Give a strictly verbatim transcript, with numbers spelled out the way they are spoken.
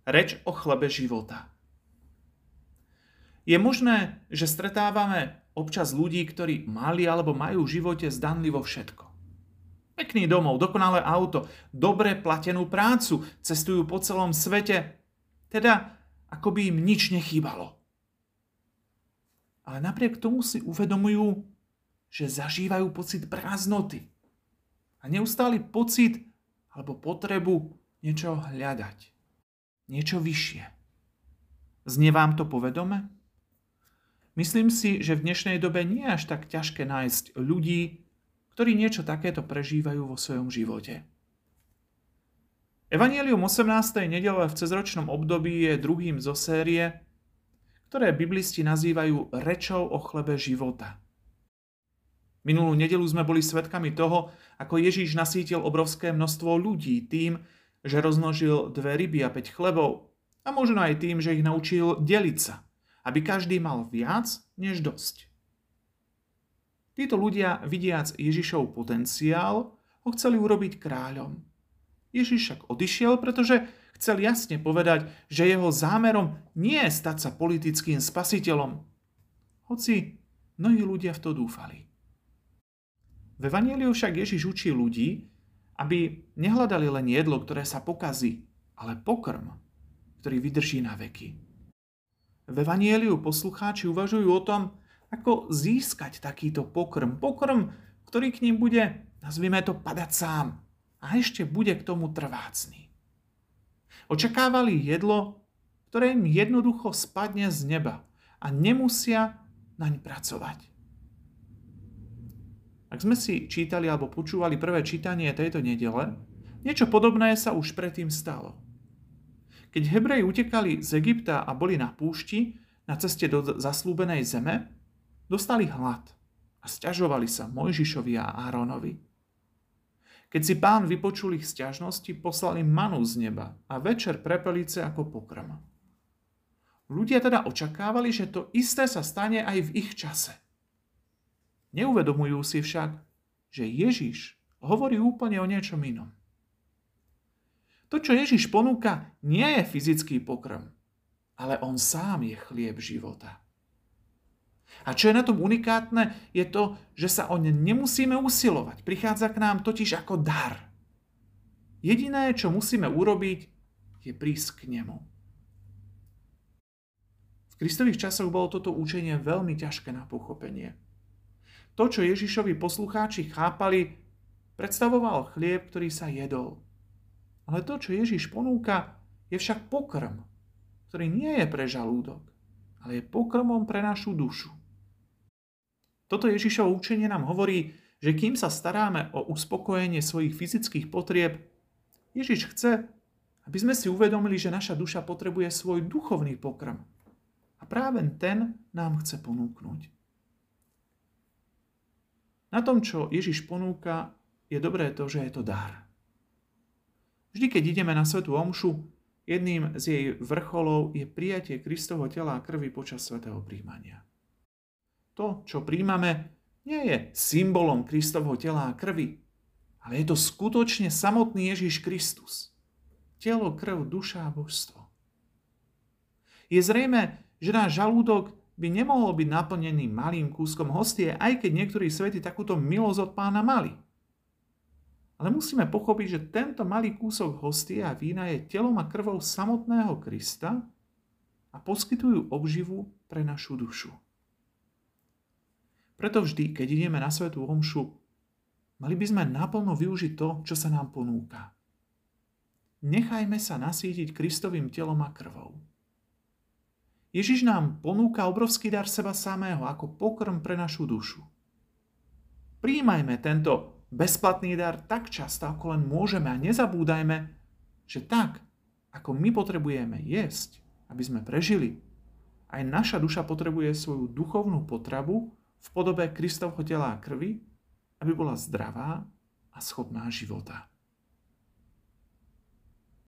Reč o chlebe života. Je možné, že stretávame občas ľudí, ktorí mali alebo majú v živote zdanlivo všetko. Pekný domov, dokonalé auto, dobre platenú prácu, cestujú po celom svete, teda ako by im nič nechýbalo. Ale napriek tomu si uvedomujú, že zažívajú pocit prázdnoty a neustály pocit alebo potrebu niečo hľadať. Niečo vyššie. Znie vám to povedome? Myslím si, že v dnešnej dobe nie je až tak ťažké nájsť ľudí, ktorí niečo takéto prežívajú vo svojom živote. Evanjelium osemnástej nedele v cezročnom období je druhým zo série, ktoré biblisti nazývajú rečou o chlebe života. Minulú nedeľu sme boli svedkami toho, ako Ježíš nasýtil obrovské množstvo ľudí tým, že rozmnožil dve ryby a päť chlebov a možno aj tým, že ich naučil deliť sa, aby každý mal viac než dosť. Títo ľudia, vidiac Ježišov potenciál, ho chceli urobiť kráľom. Ježiš však odišiel, pretože chcel jasne povedať, že jeho zámerom nie je stať sa politickým spasiteľom, hoci mnohí ľudia v to dúfali. V Evanjeliu však Ježiš učí ľudí, aby nehľadali len jedlo, ktoré sa pokazí, ale pokrm, ktorý vydrží na veky. V Evanjeliu poslucháči uvažujú o tom, ako získať takýto pokrm. Pokrm, ktorý k ním bude, nazvime to, padať sám a ešte bude k tomu trvácný. Očakávali jedlo, ktoré im jednoducho spadne z neba a nemusia naň pracovať. Ak sme si čítali alebo počúvali prvé čítanie tejto nedele, niečo podobné sa už predtým stalo. Keď Hebreji utekali z Egypta a boli na púšti, na ceste do zaslúbenej zeme, dostali hlad a sťažovali sa Mojžišovi a Áronovi. Keď si Pán vypočul ich sťažnosti, poslal im manu z neba a večer prepelice ako pokrm. Ľudia teda očakávali, že to isté sa stane aj v ich čase. Neuvedomujú si však, že Ježiš hovorí úplne o niečom inom. To, čo Ježiš ponúka, nie je fyzický pokrm, ale on sám je chlieb života. A čo je na tom unikátne, je to, že sa oň nemusíme usilovať. Prichádza k nám totiž ako dar. Jediné, čo musíme urobiť, je prísť k nemu. V Kristových časoch bolo toto učenie veľmi ťažké na pochopenie. To, čo Ježišovi poslucháči chápali, predstavoval chlieb, ktorý sa jedol. Ale to, čo Ježiš ponúka, je však pokrm, ktorý nie je pre žalúdok, ale je pokrmom pre našu dušu. Toto Ježišovo učenie nám hovorí, že kým sa staráme o uspokojenie svojich fyzických potrieb, Ježiš chce, aby sme si uvedomili, že naša duša potrebuje svoj duchovný pokrm. A práve ten nám chce ponúknuť. Na tom, čo Ježiš ponúka, je dobré to, že je to dar. Vždy, keď ideme na svätú omšu, jedným z jej vrcholov je prijatie Kristovho tela a krvi počas svätého príjmania. To, čo príjmame, nie je symbolom Kristovho tela a krvi, ale je to skutočne samotný Ježiš Kristus. Telo, krv, duša a božstvo. Je zrejme, že náš žalúdok by nemohol byť naplnený malým kúskom hostie, aj keď niektorí svety takúto milosť od Pána mali. Ale musíme pochopiť, že tento malý kúsok hostie a vína je telom a krvou samotného Krista a poskytujú obživu pre našu dušu. Preto vždy, keď ideme na svätú omšu, mali by sme naplno využiť to, čo sa nám ponúka. Nechajme sa nasýtiť Kristovým telom a krvou. Ježiš nám ponúka obrovský dar seba samého ako pokrm pre našu dušu. Prijímajme tento bezplatný dar tak často, ako len môžeme a nezabúdajme, že tak, ako my potrebujeme jesť, aby sme prežili, aj naša duša potrebuje svoju duchovnú potravu v podobe Kristovho tela a krvi, aby bola zdravá a schopná života.